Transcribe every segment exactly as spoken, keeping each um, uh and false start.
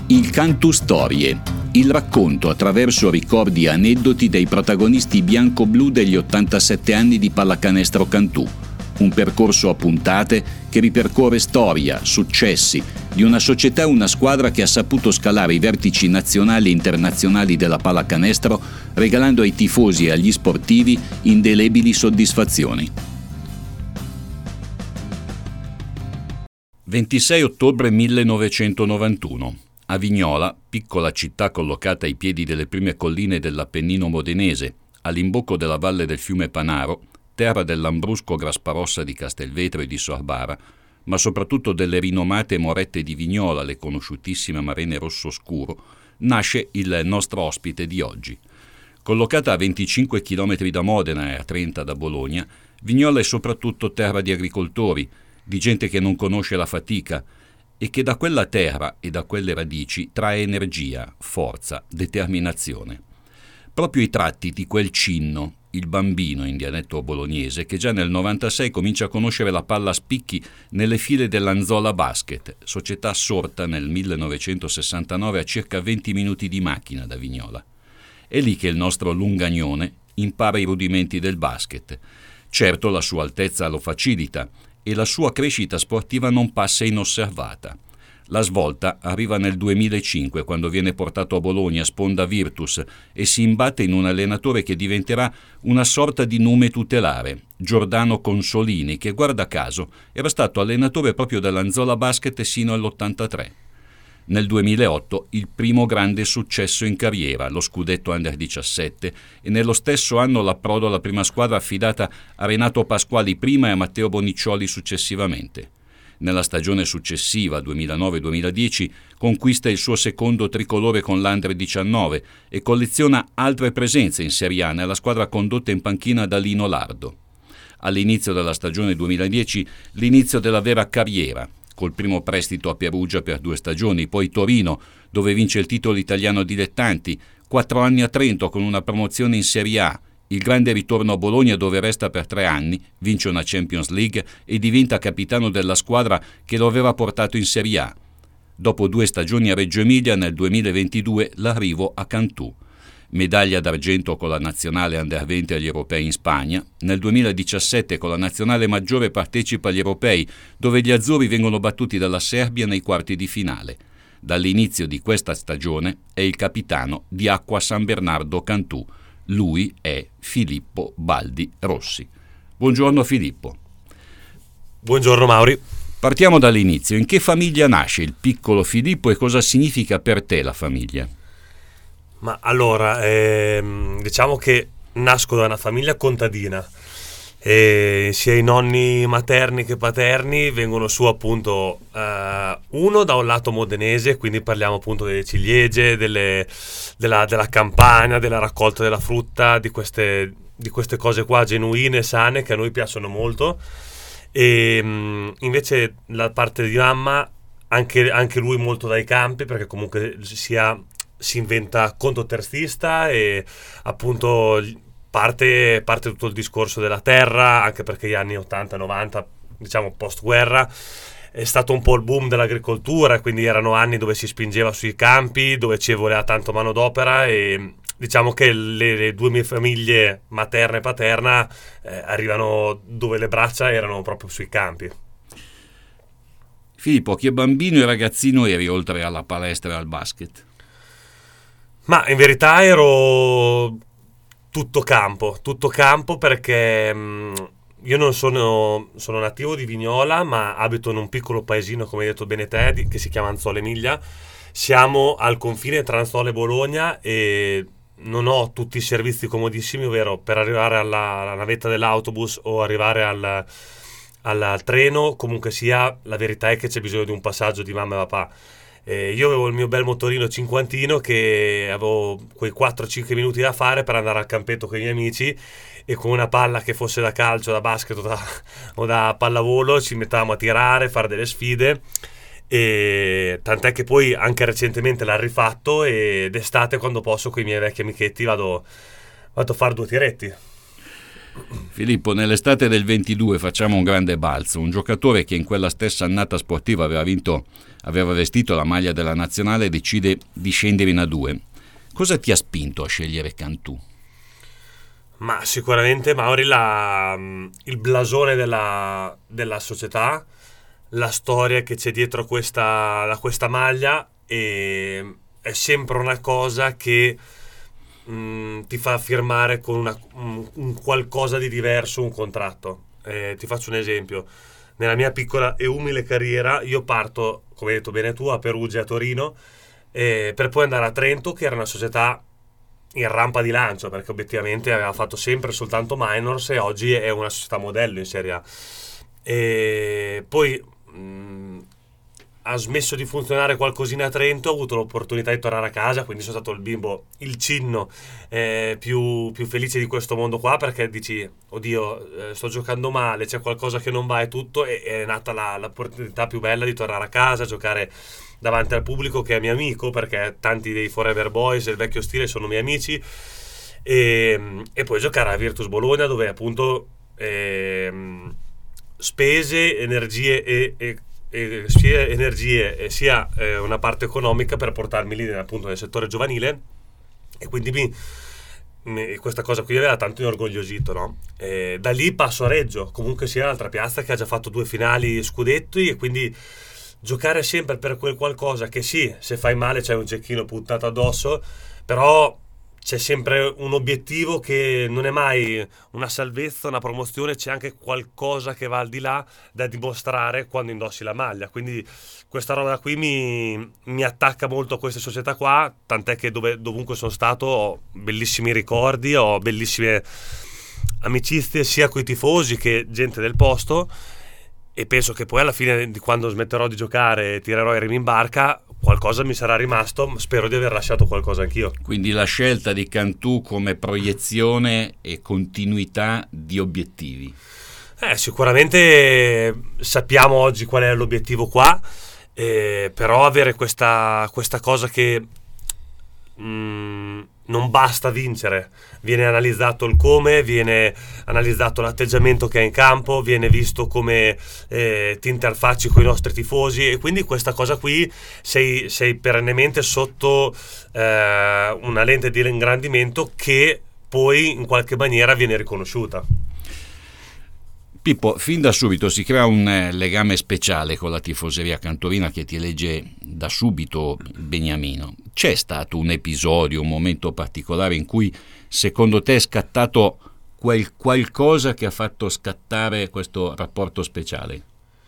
Il Cantù Storie, il racconto attraverso ricordi e aneddoti dei protagonisti bianco-blu degli ottantasette anni di Pallacanestro Cantù. Un percorso a puntate che ripercorre storia, successi di una società e una squadra che ha saputo scalare i vertici nazionali e internazionali della pallacanestro, regalando ai tifosi e agli sportivi indelebili soddisfazioni. ventisei ottobre millenovecentonovantuno. A Vignola, piccola città collocata ai piedi delle prime colline dell'Appennino modenese, all'imbocco della valle del fiume Panaro, terra dell'Ambrusco Grasparossa di Castelvetro e di Sorbara, ma soprattutto delle rinomate morette di Vignola, le conosciutissime marene rosso scuro, nasce il nostro ospite di oggi. Collocata a venticinque chilometri da Modena e a trenta da Bologna, Vignola è soprattutto terra di agricoltori, di gente che non conosce la fatica e che da quella terra e da quelle radici trae energia, forza, determinazione. Proprio i tratti di quel Cinno, il bambino in dialetto bolognese, che già nel novantasei comincia a conoscere la palla a spicchi nelle file dell'Anzola Basket, società sorta nel millenovecentosessantanove a circa venti minuti di macchina da Vignola. È lì che il nostro lungagnone impara i rudimenti del basket. Certo, la sua altezza lo facilita e la sua crescita sportiva non passa inosservata. La svolta arriva nel duemilacinque, quando viene portato a Bologna sponda Virtus e si imbatte in un allenatore che diventerà una sorta di nume tutelare, Giordano Consolini, che guarda caso era stato allenatore proprio dell'Anzola Basket sino all'ottantatré. Nel duemilaotto il primo grande successo in carriera, lo scudetto under diciassette, e nello stesso anno l'approdo alla prima squadra affidata a Renato Pasquali prima e a Matteo Boniccioli successivamente. Nella stagione successiva, duemilanove duemiladieci, conquista il suo secondo tricolore con l'Under diciannove e colleziona altre presenze in Serie A nella squadra condotta in panchina da Lino Lardo. All'inizio della stagione duemiladieci, l'inizio della vera carriera, col primo prestito a Perugia per due stagioni, poi Torino, dove vince il titolo italiano dilettanti, quattro anni a Trento con una promozione in Serie A, il grande ritorno a Bologna dove resta per tre anni, vince una Champions League e diventa capitano della squadra che lo aveva portato in Serie A. Dopo due stagioni a Reggio Emilia, nel duemilaventidue l'arrivo a Cantù. Medaglia d'argento con la nazionale under venti agli europei in Spagna. Nel duemiladiciassette con la nazionale maggiore partecipa agli europei, dove gli azzurri vengono battuti dalla Serbia nei quarti di finale. Dall'inizio di questa stagione è il capitano di Acqua San Bernardo Cantù. Lui è Filippo Baldi Rossi. Buongiorno Filippo. Buongiorno Mauri. Partiamo dall'inizio. In che famiglia nasce il piccolo Filippo e cosa significa per te la famiglia? Ma allora, ehm, diciamo che nasco da una famiglia contadina e sia i nonni materni che paterni vengono su appunto eh, uno da un lato modenese, quindi parliamo appunto delle ciliegie, delle, della, della campagna, della raccolta della frutta, di queste, di queste cose qua genuine, sane, che a noi piacciono molto. E mh, invece la parte di mamma, anche, anche lui molto dai campi, perché comunque sia si inventa contoterzista e appunto parte, parte tutto il discorso della terra, anche perché gli anni ottanta novanta, diciamo post guerra, è stato un po' il boom dell'agricoltura, quindi erano anni dove si spingeva sui campi, dove ci voleva tanto manodopera e diciamo che le, le due mie famiglie, materna e paterna, eh, arrivano dove le braccia erano proprio sui campi. Filippo, che bambino e ragazzino eri oltre alla palestra e al basket? Ma in verità ero tutto campo, tutto campo perché mh, io non sono, sono nativo di Vignola, ma abito in un piccolo paesino, come hai detto bene te, di, che si chiama Anzola Emilia. Siamo al confine tra Anzola e Bologna e non ho tutti i servizi comodissimi, ovvero per arrivare alla, alla navetta dell'autobus o arrivare al, al, al treno, comunque sia, la verità è che c'è bisogno di un passaggio di mamma e papà. Eh, io avevo il mio bel motorino cinquantino che avevo quei quattro cinque minuti da fare per andare al campetto con i miei amici e con una palla che fosse da calcio, da basket o da, o da pallavolo ci mettavamo a tirare, fare delle sfide e tant'è che poi anche recentemente l'ha rifatto e d'estate quando posso con i miei vecchi amichetti vado, vado a fare due tiretti. Filippo, nell'estate del ventidue facciamo un grande balzo. Un giocatore che in quella stessa annata sportiva aveva vinto, aveva vestito la maglia della nazionale, decide di scendere in A due. Cosa ti ha spinto a scegliere Cantù? Ma sicuramente, Mauri, la, il blasone della, della società, la storia che c'è dietro a questa, a questa maglia, e è sempre una cosa che mh, ti fa firmare con una, un, un qualcosa di diverso, un contratto. Eh, ti faccio un esempio. Nella mia piccola e umile carriera io parto, come hai detto bene tu, a Perugia e a Torino, eh, per poi andare a Trento, che era una società in rampa di lancio, perché obiettivamente aveva fatto sempre soltanto minors e oggi è una società modello in Serie A. E poi mh, ha smesso di funzionare qualcosina a Trento, ho avuto l'opportunità di tornare a casa, quindi sono stato il bimbo, il cinno eh, più, più felice di questo mondo qua, perché dici, oddio, eh, sto giocando male, c'è qualcosa che non va e tutto, e è nata la, l'opportunità più bella di tornare a casa, giocare davanti al pubblico che è mio amico, perché tanti dei Forever Boys del vecchio stile sono miei amici, e, e poi giocare a Virtus Bologna, dove appunto eh, spese, energie e, e, e sia energie e sia eh, una parte economica per portarmi lì appunto nel settore giovanile, e quindi mi, mi, questa cosa qui aveva tanto inorgogliosito, no? E da lì passo a Reggio, comunque sia un'altra piazza che ha già fatto due finali scudetti, e quindi giocare sempre per quel qualcosa che sì, se fai male c'è un cecchino puntato addosso, però c'è sempre un obiettivo che non è mai una salvezza, una promozione, c'è anche qualcosa che va al di là da dimostrare quando indossi la maglia. Quindi questa roba qui mi, mi attacca molto a queste società qua, tant'è che dove, dovunque sono stato ho bellissimi ricordi, ho bellissime amicizie sia coi tifosi che gente del posto, e penso che poi alla fine di quando smetterò di giocare e tirerò i remi in barca, qualcosa mi sarà rimasto, spero di aver lasciato qualcosa anch'io. Quindi la scelta di Cantù come proiezione e continuità di obiettivi. Eh, sicuramente sappiamo oggi qual è l'obiettivo qua, eh, però avere questa, questa cosa che mh, non basta vincere, viene analizzato il come, viene analizzato l'atteggiamento che hai in campo, viene visto come eh, ti interfacci con i nostri tifosi, e quindi questa cosa qui sei, sei perennemente sotto eh, una lente di ingrandimento che poi in qualche maniera viene riconosciuta. Pippo, fin da subito si crea un eh, legame speciale con la tifoseria cantorina che ti elegge da subito beniamino. C'è stato un episodio, un momento particolare in cui secondo te è scattato quel qualcosa che ha fatto scattare questo rapporto speciale?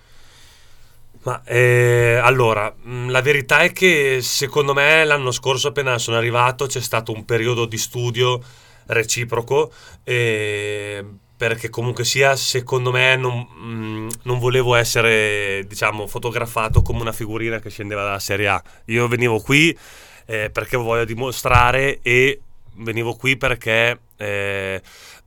Ma eh, allora, la verità è che secondo me l'anno scorso, appena sono arrivato, c'è stato un periodo di studio reciproco, eh, perché comunque sia, secondo me non, mh, non volevo essere, diciamo, fotografato come una figurina che scendeva dalla Serie A. Io venivo qui eh, perché voglio dimostrare, e venivo qui perché eh,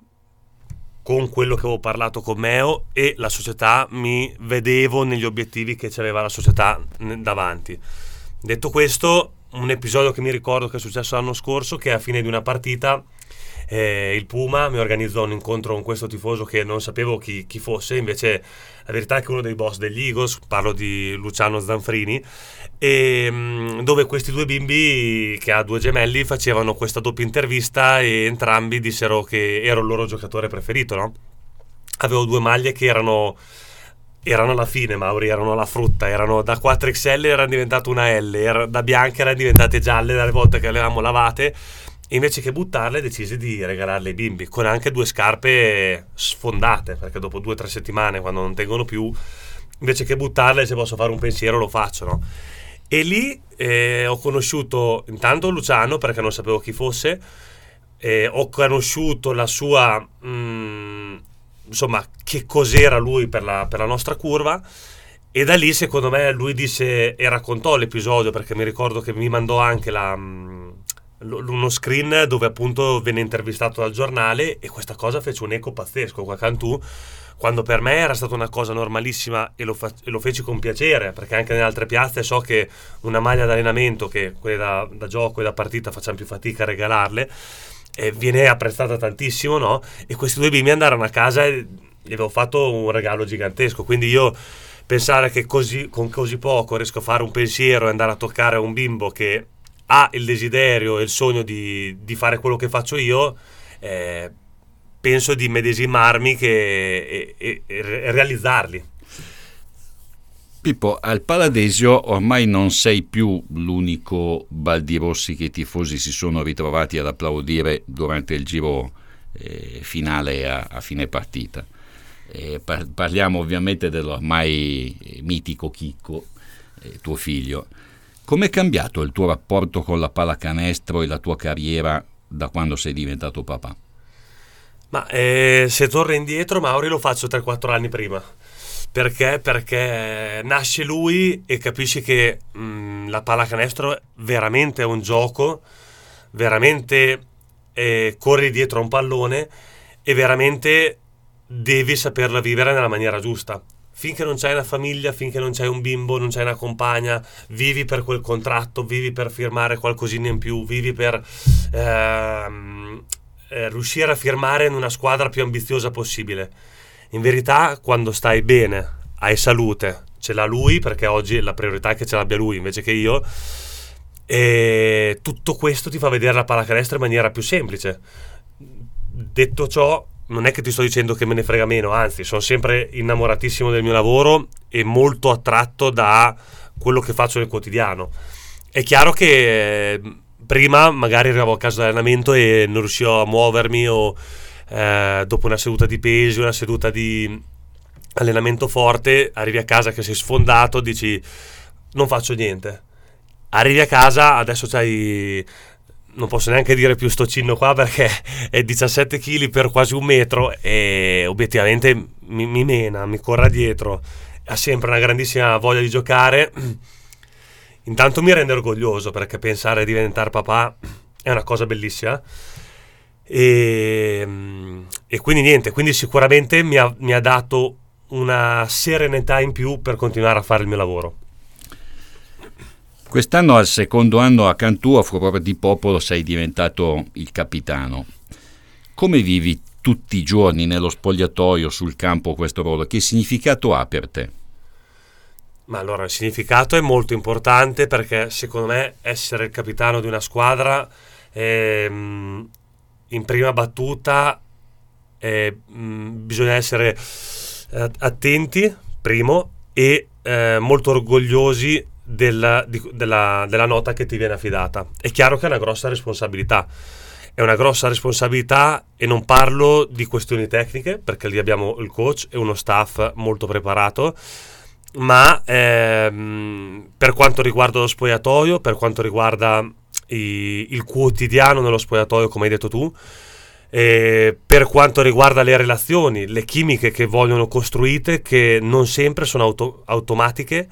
con quello che avevo parlato con Meo e la società mi vedevo negli obiettivi che c'aveva la società davanti. Detto questo, un episodio che mi ricordo che è successo l'anno scorso, che a fine di una partita Eh, il Puma mi organizzò un incontro con questo tifoso che non sapevo chi, chi fosse, invece la verità è che uno dei boss degli Eagles, parlo di Luciano Zanfrini, e, mh, dove questi due bimbi, che ha due gemelli, facevano questa doppia intervista e entrambi dissero che ero il loro giocatore preferito, no? Avevo due maglie che erano erano alla fine, Mauri, erano la frutta, erano da quattro X L erano diventate una L, era, da bianche erano diventate gialle dalle volte che le avevamo lavate. E invece che buttarle decisi di regalarle ai bimbi, con anche due scarpe sfondate, perché dopo due o tre settimane, quando non tengono più, invece che buttarle, se posso fare un pensiero lo faccio, no? E lì eh, ho conosciuto intanto Luciano, perché non sapevo chi fosse, eh, ho conosciuto la sua mh, insomma, che cos'era lui per la, per la nostra curva, e da lì secondo me lui disse e raccontò l'episodio, perché mi ricordo che mi mandò anche la mh, uno screen dove appunto venne intervistato dal giornale, e questa cosa fece un eco pazzesco qua a Cantù, quando per me era stata una cosa normalissima, e lo, fa- e lo feci con piacere, perché anche nelle altre piazze so che una maglia d'allenamento, che quelle da, da gioco e da partita facciamo più fatica a regalarle, e viene apprezzata tantissimo, no? E questi due bimbi andarono a casa e gli avevo fatto un regalo gigantesco, quindi io pensare che così, con così poco riesco a fare un pensiero e andare a toccare un bimbo che ha il desiderio e il sogno di, di fare quello che faccio io, eh, penso di medesimarmi che, e, e, e realizzarli. Pippo, al Paladesio ormai non sei più l'unico Baldirossi che i tifosi si sono ritrovati ad applaudire durante il giro eh, finale a, a fine partita. Eh, par- parliamo ovviamente dell'ormai mitico Chicco, eh, tuo figlio. Com'è cambiato il tuo rapporto con la pallacanestro e la tua carriera da quando sei diventato papà? Ma eh, se torno indietro, Mauri, lo faccio tre quattro anni prima. Perché? Perché nasce lui e capisci che mh, la pallacanestro veramente è un gioco, veramente eh, corri dietro a un pallone e veramente devi saperla vivere nella maniera giusta. Finché non c'hai una famiglia, finché non c'hai un bimbo, non c'hai una compagna, vivi per quel contratto, vivi per firmare qualcosina in più, vivi per ehm, eh, riuscire a firmare in una squadra più ambiziosa possibile. In verità, quando stai bene, hai salute, ce l'ha lui, perché oggi la priorità è che ce l'abbia lui invece che io, e tutto questo ti fa vedere la pallacanestro in maniera più semplice. Detto ciò, non è che ti sto dicendo che me ne frega meno, anzi, sono sempre innamoratissimo del mio lavoro e molto attratto da quello che faccio nel quotidiano. È chiaro che eh, prima magari arrivavo a casa dall'allenamento e non riuscivo a muovermi o eh, dopo una seduta di pesi, una seduta di allenamento forte, arrivi a casa che sei sfondato, dici non faccio niente. Arrivi a casa, adesso c'hai, non posso neanche dire più sto cinno qua perché è diciassette chili per quasi un metro e obiettivamente mi, mi mena, mi corra dietro, ha sempre una grandissima voglia di giocare. Intanto mi rende orgoglioso perché pensare di diventare papà è una cosa bellissima e, e quindi niente, quindi sicuramente mi ha, mi ha dato una serenità in più per continuare a fare il mio lavoro. Quest'anno, al secondo anno a Cantù, a favore di Popolo, sei diventato il capitano. Come vivi tutti i giorni nello spogliatoio, sul campo, questo ruolo? Che significato ha per te? Ma allora, il significato è molto importante perché secondo me essere il capitano di una squadra ehm, in prima battuta eh, mh, bisogna essere eh, attenti, primo, e eh, molto orgogliosi della, di, della, della nota che ti viene affidata. È chiaro che è una grossa responsabilità. È una grossa responsabilità e non parlo di questioni tecniche perché lì abbiamo il coach e uno staff molto preparato, ma ehm, per quanto riguarda lo spogliatoio, per quanto riguarda i, il quotidiano nello spogliatoio, come hai detto tu, eh, per quanto riguarda le relazioni, le chimiche che vogliono costruite, che non sempre sono auto, automatiche,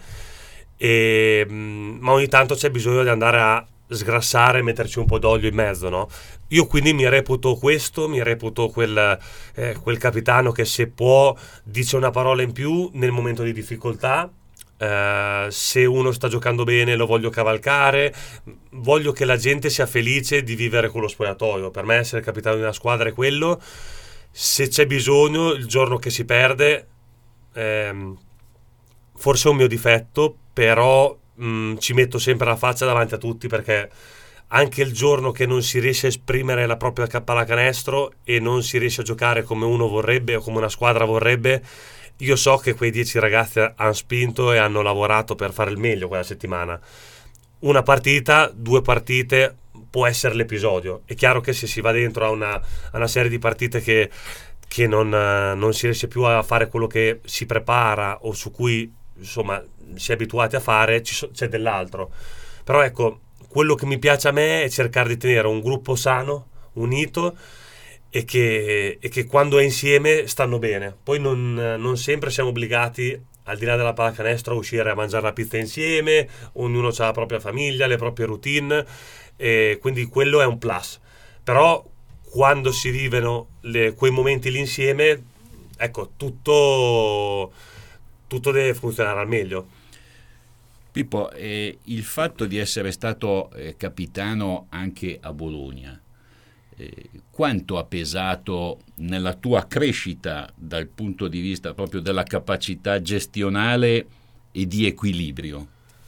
e, ma ogni tanto c'è bisogno di andare a sgrassare e metterci un po' d'olio in mezzo, no? Io quindi mi reputo questo, mi reputo quel, eh, quel capitano che se può dice una parola in più nel momento di difficoltà. Uh, se uno sta giocando bene lo voglio cavalcare, voglio che la gente sia felice di vivere con lo spogliatoio. Per me essere capitano di una squadra è quello. Se c'è bisogno, il giorno che si perde, ehm, forse è un mio difetto, però mh, ci metto sempre la faccia davanti a tutti, perché anche il giorno che non si riesce a esprimere la propria pallacanestro e non si riesce a giocare come uno vorrebbe o come una squadra vorrebbe, io so che quei dieci ragazzi hanno spinto e hanno lavorato per fare il meglio quella settimana. Una partita, due partite può essere l'episodio. È chiaro che se si va dentro a una, a una serie di partite che, che non, non si riesce più a fare quello che si prepara o su cui insomma si è abituati a fare, ci so, c'è dell'altro. Però ecco, quello che mi piace a me è cercare di tenere un gruppo sano, unito, e che, e che quando è insieme stanno bene. Poi non, non sempre siamo obbligati, al di là della pallacanestro, a uscire a mangiare la pizza insieme, ognuno ha la propria famiglia, le proprie routine, e quindi quello è un plus. Però quando si vivono le, quei momenti lì insieme, ecco, tutto, tutto deve funzionare al meglio. Pippo, eh, il fatto di essere stato eh, capitano anche a Bologna, eh, quanto ha pesato nella tua crescita dal punto di vista proprio della capacità gestionale e di equilibrio?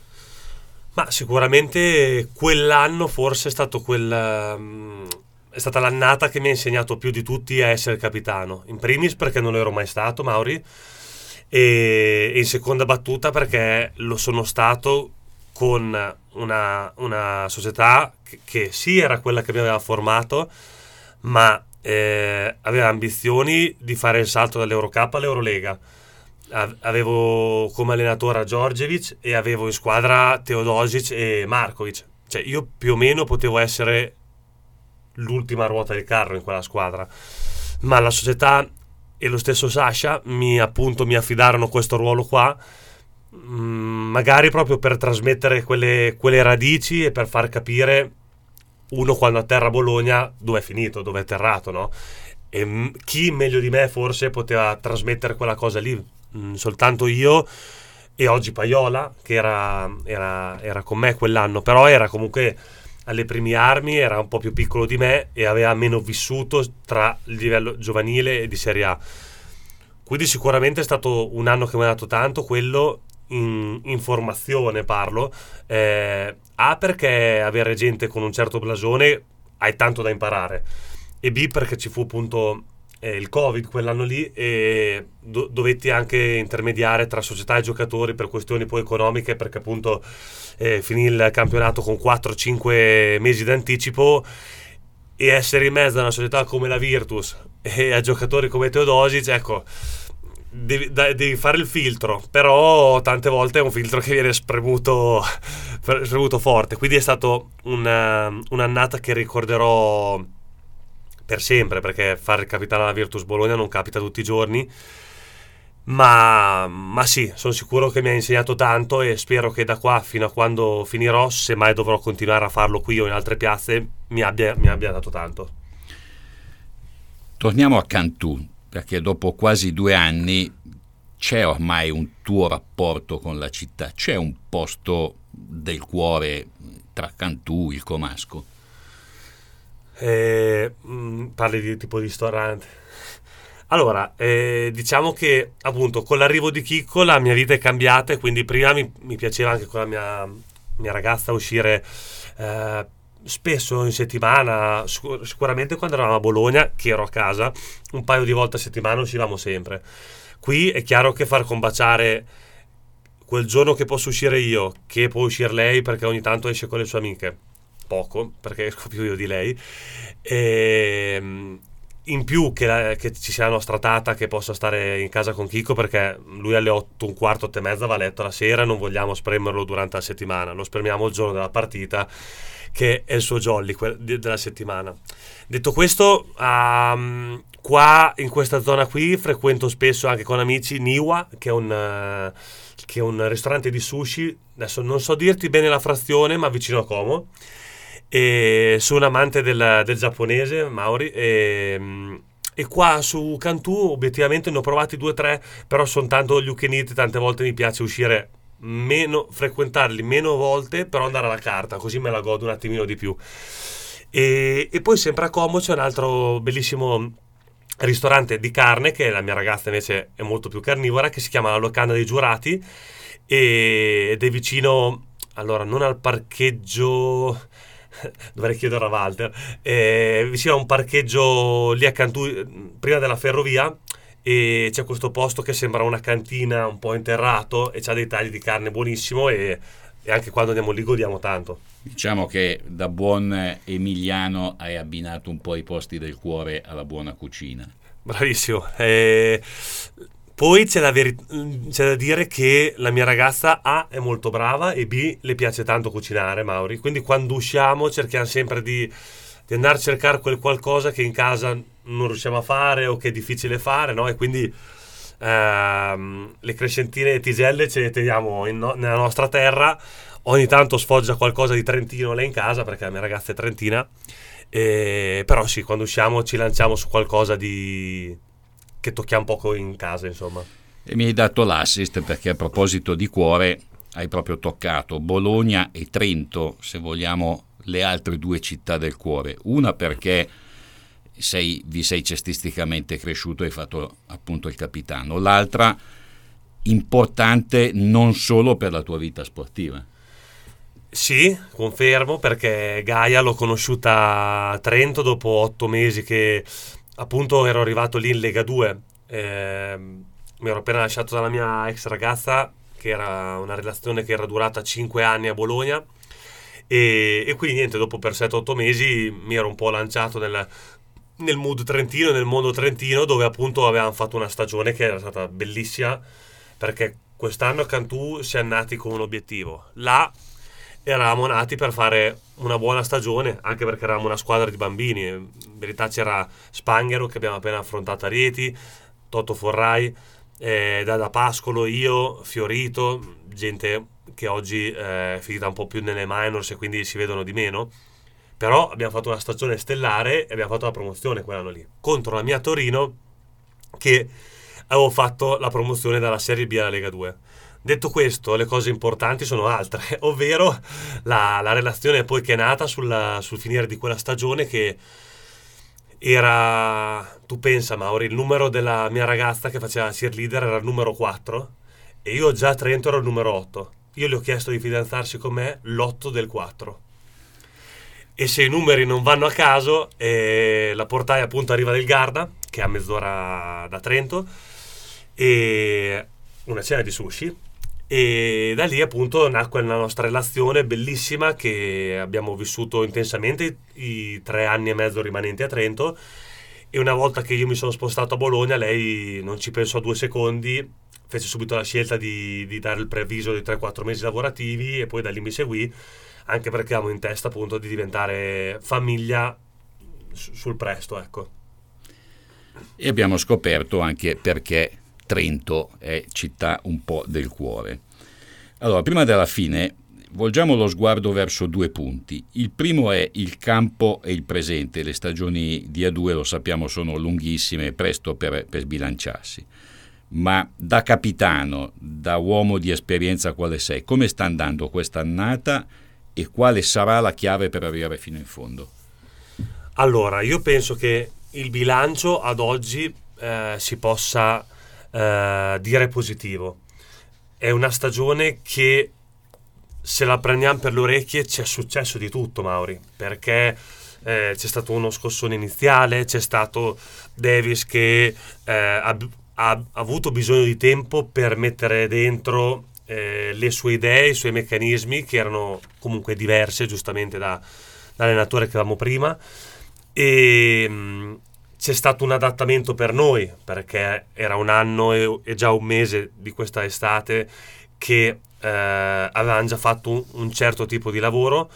Ma sicuramente quell'anno forse è stato quel... um, è stata l'annata che mi ha insegnato più di tutti a essere capitano. In primis perché non lo ero mai stato, Mauri, e in seconda battuta perché lo sono stato con una, una società che, che sì era quella che mi aveva formato, ma eh, aveva ambizioni di fare il salto dall'Eurocup all'Eurolega. Avevo come allenatore Djordjevic e avevo in squadra Teodosic e Markovic. Cioè io più o meno potevo essere l'ultima ruota del carro in quella squadra, ma la società e lo stesso Sasha mi appunto mi affidarono questo ruolo qua, mh, magari proprio per trasmettere quelle, quelle radici e per far capire uno quando atterra a Bologna dove è finito, dove è atterrato, no? E mh, chi meglio di me forse poteva trasmettere quella cosa lì? Mh, soltanto io e oggi Paiola che era, era, era con me quell'anno, però era comunque alle prime armi, era un po' più piccolo di me e aveva meno vissuto tra il livello giovanile e di Serie A. Quindi sicuramente è stato un anno che mi ha dato tanto, quello in, in formazione parlo, eh, A perché avere gente con un certo blasone hai tanto da imparare, e B perché ci fu appunto eh, il Covid quell'anno lì e do- dovetti anche intermediare tra società e giocatori per questioni poi economiche, perché appunto eh, finì il campionato con quattro cinque mesi d'anticipo e essere in mezzo a una società come la Virtus e a giocatori come Teodosic, ecco, devi, da, devi fare il filtro, però tante volte è un filtro che viene spremuto, spremuto forte, quindi è stato una, un'annata che ricorderò per sempre, perché fare il capitano alla Virtus Bologna non capita tutti i giorni, ma, ma sì, sono sicuro che mi ha insegnato tanto e spero che da qua fino a quando finirò, se mai dovrò continuare a farlo qui o in altre piazze, mi abbia, mi abbia dato tanto. Torniamo a Cantù, perché dopo quasi due anni c'è ormai un tuo rapporto con la città, c'è un posto del cuore tra Cantù e il Comasco. Eh, mh, parli di tipo di ristorante. Allora, eh, diciamo che appunto con l'arrivo di Chicco la mia vita è cambiata, e quindi prima mi, mi piaceva anche con la mia, mia ragazza uscire eh, spesso in settimana, sicur- sicuramente quando eravamo a Bologna, che ero a casa, un paio di volte a settimana uscivamo sempre. Qui è chiaro che far combaciare quel giorno che posso uscire io, che può uscire lei perché ogni tanto esce con le sue amiche, poco, perché esco più io di lei, e in più che, la, che ci sia la nostra tata che possa stare in casa con Chicco, perché lui alle otto, un quarto, otto e mezza va a letto la sera, non vogliamo spremerlo durante la settimana, lo spremiamo il giorno della partita, che è il suo jolly que- della settimana. Detto questo, um, qua in questa zona qui frequento spesso anche con amici Niwa, che è un... Uh, che è un ristorante di sushi, adesso non so dirti bene la frazione, ma vicino a Como, e sono un amante del, del giapponese, Mauri, e, e qua su Cantù obiettivamente ne ho provati due o tre, però sono tanto gli ukheniti, tante volte mi piace uscire meno, frequentarli meno volte, però andare alla carta, così me la godo un attimino di più. E, e poi sempre a Como c'è un altro bellissimo ristorante di carne, che la mia ragazza invece è molto più carnivora, che si chiama La Locanda dei Giurati, ed è vicino, allora non al parcheggio, dovrei chiedere a Walter, è vicino a un parcheggio lì a Cantù, prima della ferrovia, e c'è questo posto che sembra una cantina un po' interrato e c'ha dei tagli di carne buonissimo, e, e anche quando andiamo lì godiamo tanto. Diciamo che da buon emiliano hai abbinato un po' i posti del cuore alla buona cucina. Bravissimo. Eh, poi c'è da, veri- c'è da dire che la mia ragazza A è molto brava e B le piace tanto cucinare, Mauri, quindi quando usciamo cerchiamo sempre di, di andare a cercare quel qualcosa che in casa non riusciamo a fare o che è difficile fare, no? E quindi ehm, le crescentine e tigelle ce le teniamo in no- nella nostra terra. Ogni tanto sfoggia qualcosa di trentino lei in casa, perché la mia ragazza è trentina, e, però sì, quando usciamo ci lanciamo su qualcosa di che tocchiamo poco in casa, insomma. E mi hai dato l'assist, perché a proposito di cuore hai proprio toccato Bologna e Trento, se vogliamo, le altre due città del cuore. Una perché sei, vi sei cestisticamente cresciuto e hai fatto appunto il capitano. L'altra importante non solo per la tua vita sportiva. Sì, confermo, perché Gaia l'ho conosciuta a Trento dopo otto mesi che appunto ero arrivato lì in Lega due. Eh, mi ero appena lasciato dalla mia ex ragazza, che era una relazione che era durata cinque anni a Bologna, e, e quindi niente, dopo per sette otto mesi mi ero un po' lanciato nel, nel mood trentino, nel mondo trentino, dove appunto avevamo fatto una stagione che era stata bellissima, perché quest'anno a Cantù siamo nati con un obiettivo. Là eravamo nati per fare una buona stagione, anche perché eravamo una squadra di bambini. In verità c'era Spanghero, che abbiamo appena affrontato a Rieti, Toto Forrai, eh, Dada Pascolo, io, Fiorito, gente che oggi eh, è finita un po' più nelle minors e quindi si vedono di meno. Però abbiamo fatto una stagione stellare e abbiamo fatto la promozione quell'anno lì, contro la mia Torino, che avevo fatto la promozione dalla Serie B alla Lega due. Detto questo, le cose importanti sono altre, ovvero la, la relazione poi che è nata sul, sul finire di quella stagione, che era, tu pensa Mauri, il numero della mia ragazza che faceva cheerleader era il numero quattro e io già a Trento ero il numero otto. Io le ho chiesto di fidanzarsi con me l'otto del quattro. E se i numeri non vanno a caso, eh, la portai appunto a Riva del Garda, che è a mezz'ora da Trento, e una cena di sushi. E da lì appunto nacque la nostra relazione bellissima, che abbiamo vissuto intensamente i, i tre anni e mezzo rimanenti a Trento. E una volta che io mi sono spostato a Bologna, lei non ci pensò due secondi, fece subito la scelta di, di dare il preavviso di tre quattro mesi lavorativi, e poi da lì mi seguì, anche perché avevamo in testa appunto di diventare famiglia sul presto, ecco. E abbiamo scoperto anche perché Trento è città un po' del cuore. Allora, prima della fine, volgiamo lo sguardo verso due punti. Il primo è il campo e il presente. Le stagioni di A due, lo sappiamo, sono lunghissime, presto per, per sbilanciarsi. Ma da capitano, da uomo di esperienza quale sei, come sta andando questa annata e quale sarà la chiave per arrivare fino in fondo? Allora, io penso che il bilancio ad oggi eh, si possa Uh, dire positivo. È una stagione che, se la prendiamo per le orecchie, c'è successo di tutto, Mauri, perché eh, c'è stato uno scossone iniziale, c'è stato Davis che eh, ha, ha, ha avuto bisogno di tempo per mettere dentro eh, le sue idee, i suoi meccanismi, che erano comunque diverse giustamente da, dall'allenatore che avevamo prima, e mh, c'è stato un adattamento per noi, perché era un anno e, e già un mese di questa estate che eh, avevano già fatto un, un certo tipo di lavoro,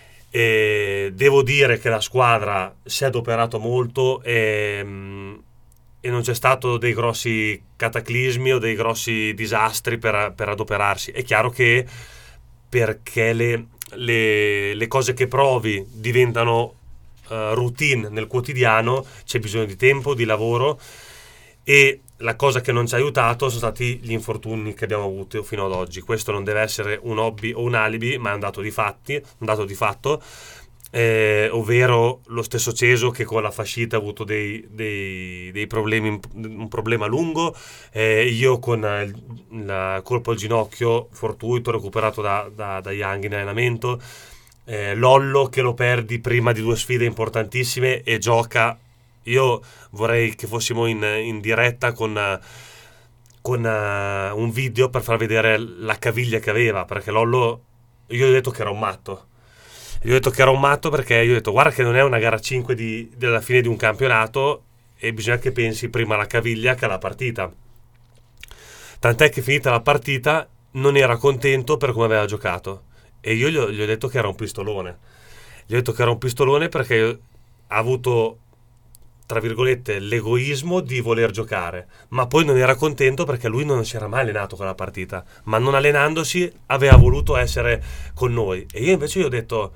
e devo dire che la squadra si è adoperato molto e, e non c'è stato dei grossi cataclismi o dei grossi disastri per, per adoperarsi. È chiaro che perché le, le, le cose che provi diventano Uh, routine nel quotidiano, c'è bisogno di tempo, di lavoro, e la cosa che non ci ha aiutato sono stati gli infortuni che abbiamo avuto fino ad oggi. Questo non deve essere un hobby o un alibi, ma è un dato di fatti, un dato di fatto, eh, ovvero lo stesso Ceso, che con la fascite ha avuto dei, dei, dei problemi, un problema lungo, eh, io con il, il colpo al ginocchio fortuito recuperato da, da, da Young in allenamento, Eh, Lollo che lo perdi prima di due sfide importantissime e gioca. Io vorrei che fossimo in, in diretta con, con uh, un video per far vedere la caviglia che aveva, perché Lollo, io gli ho detto che era un matto gli ho detto che era un matto perché gli ho detto guarda che non è una gara cinque di, della fine di un campionato, e bisogna che pensi prima alla caviglia che alla partita. Tant'è che finita la partita non era contento per come aveva giocato. E io gli ho, gli ho detto che era un pistolone. Gli ho detto che era un pistolone perché ha avuto, tra virgolette, l'egoismo di voler giocare, ma poi non era contento perché lui non si era mai allenato con la partita, ma non allenandosi aveva voluto essere con noi. E io invece gli ho detto: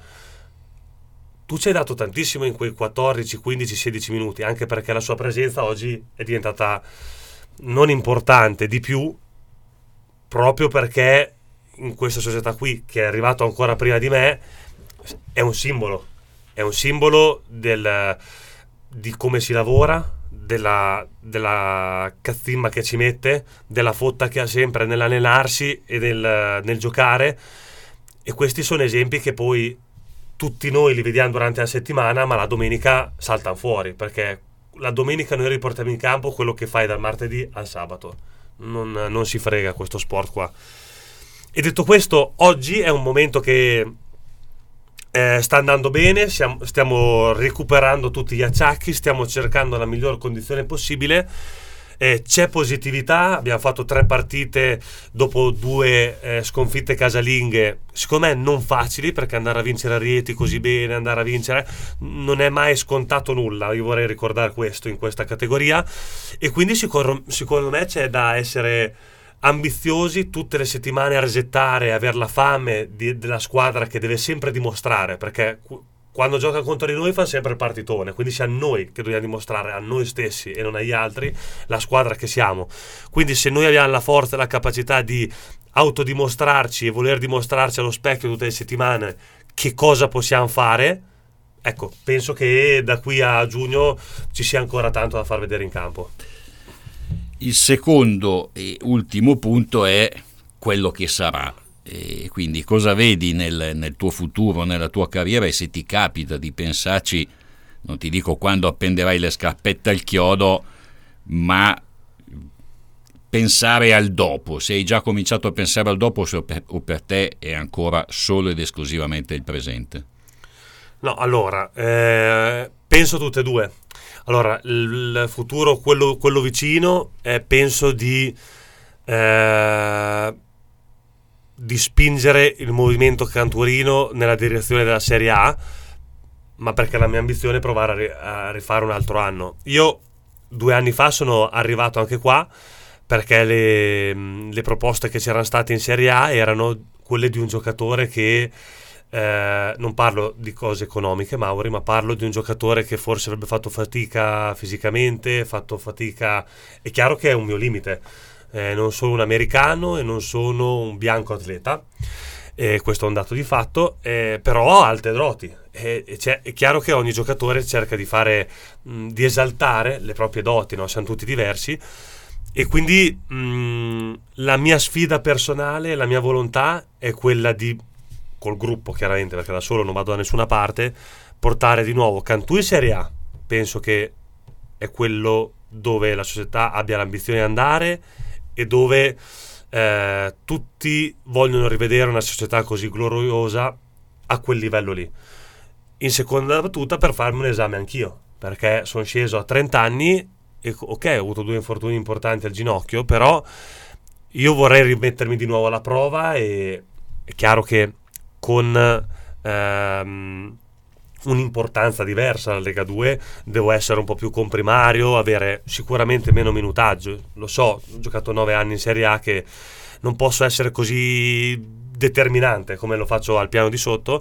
tu ci hai dato tantissimo in quei quattordici, quindici, sedici minuti, anche perché la sua presenza oggi è diventata non importante di più, proprio perché in questa società qui, che è arrivato ancora prima di me, è un simbolo, è un simbolo del, di come si lavora, della, della cazzimma che ci mette, della fotta che ha sempre nell'allenarsi e nel, nel giocare, e questi sono esempi che poi tutti noi li vediamo durante la settimana, ma la domenica saltano fuori, perché la domenica noi riportiamo in campo quello che fai dal martedì al sabato. Non, non si frega questo sport qua. E detto questo, oggi è un momento che eh, sta andando bene, siamo, stiamo recuperando tutti gli acciacchi, stiamo cercando la miglior condizione possibile. Eh, c'è positività, abbiamo fatto tre partite dopo due eh, sconfitte casalinghe, secondo me non facili, perché andare a vincere a Rieti così bene, andare a vincere non è mai scontato nulla, io vorrei ricordare questo in questa categoria, e quindi sicuro, secondo me c'è da essere ambiziosi tutte le settimane a resettare, avere la fame di, della squadra che deve sempre dimostrare, perché quando gioca contro di noi fa sempre il partitone, quindi siamo noi che dobbiamo dimostrare a noi stessi e non agli altri la squadra che siamo. Quindi se noi abbiamo la forza e la capacità di autodimostrarci e voler dimostrarci allo specchio tutte le settimane che cosa possiamo fare, ecco, penso che da qui a giugno ci sia ancora tanto da far vedere in campo. Il secondo e ultimo punto è quello che sarà. E quindi cosa vedi nel, nel tuo futuro, nella tua carriera, e se ti capita di pensarci, non ti dico quando appenderai le scarpette al chiodo, ma pensare al dopo, se hai già cominciato a pensare al dopo o per, o per te è ancora solo ed esclusivamente il presente? No, allora, eh, penso tutte e due. Allora, il futuro, quello, quello vicino, eh, penso di... Eh, di spingere il movimento canturino nella direzione della Serie A, ma perché la mia ambizione è provare a, ri- a rifare un altro anno. Io due anni fa sono arrivato anche qua perché le, le proposte che c'erano state in Serie A erano quelle di un giocatore che eh, non parlo di cose economiche, Mauri, ma parlo di un giocatore che forse avrebbe fatto fatica fisicamente, fatto fatica, è chiaro che è un mio limite. Eh, non sono un americano e non sono un bianco atleta, eh, questo è un dato di fatto, eh, però ho alte doti. Eh, c'è, è chiaro che ogni giocatore cerca di fare, mh, di esaltare le proprie doti, no? Siamo tutti diversi, e quindi mh, la mia sfida personale, la mia volontà è quella di, col gruppo chiaramente, perché da solo non vado da nessuna parte, portare di nuovo Cantù in Serie A. Penso che è quello dove la società abbia l'ambizione di andare e dove eh, tutti vogliono rivedere una società così gloriosa a quel livello lì. In seconda battuta, per farmi un esame anch'io, perché sono sceso a trenta anni e ok, ho avuto due infortuni importanti al ginocchio, però io vorrei rimettermi di nuovo alla prova, e è chiaro che con ehm, un'importanza diversa alla Lega due devo essere un po' più comprimario, avere sicuramente meno minutaggio, lo so, ho giocato nove anni in Serie A, che non posso essere così determinante come lo faccio al piano di sotto,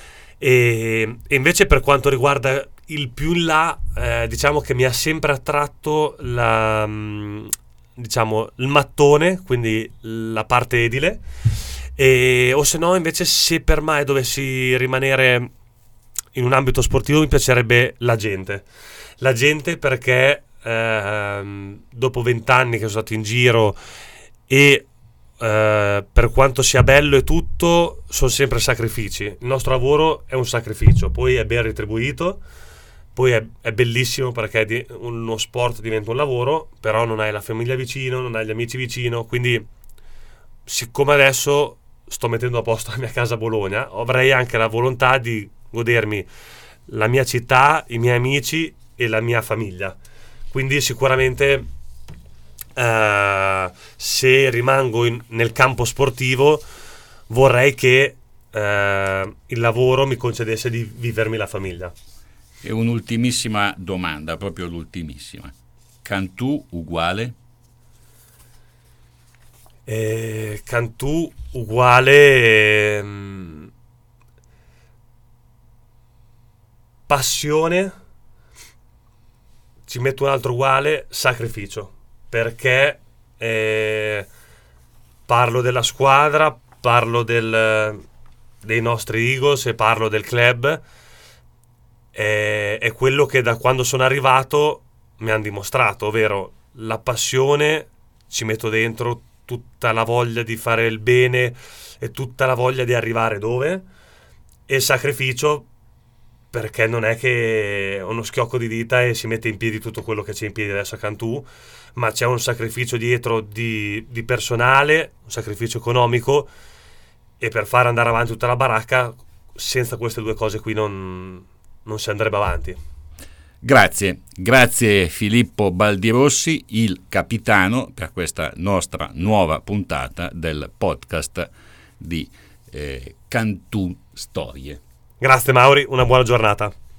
e, e invece per quanto riguarda il più in là, eh, diciamo che mi ha sempre attratto la, diciamo, il mattone, quindi la parte edile, e, o se no invece se per mai dovessi rimanere in un ambito sportivo mi piacerebbe la gente la gente perché ehm, dopo vent'anni che sono stato in giro e eh, per quanto sia bello e tutto, sono sempre sacrifici. Il nostro lavoro è un sacrificio, poi è ben retribuito, poi è, è bellissimo perché di, uno sport diventa un lavoro, però non hai la famiglia vicino, non hai gli amici vicino, quindi siccome adesso sto mettendo a posto la mia casa a Bologna, avrei anche la volontà di godermi la mia città, i miei amici e la mia famiglia. Quindi sicuramente eh, se rimango in, nel campo sportivo vorrei che eh, il lavoro mi concedesse di vivermi la famiglia. E un'ultimissima domanda, proprio l'ultimissima. Cantù uguale? Eh, Cantù uguale ehm, passione, ci metto un altro uguale, sacrificio, perché eh, parlo della squadra, parlo del, dei nostri Eagles e parlo del club, è, è quello che da quando sono arrivato mi hanno dimostrato, ovvero la passione, ci metto dentro tutta la voglia di fare il bene e tutta la voglia di arrivare dove, e il sacrificio, perché non è che uno schiocco di dita e si mette in piedi tutto quello che c'è in piedi adesso a Cantù, ma c'è un sacrificio dietro di, di personale, un sacrificio economico, e per fare andare avanti tutta la baracca, senza queste due cose qui non, non si andrebbe avanti. Grazie, grazie Filippo Baldirossi, il capitano, per questa nostra nuova puntata del podcast di eh, Cantù Storie. Grazie Mauri, una buona giornata.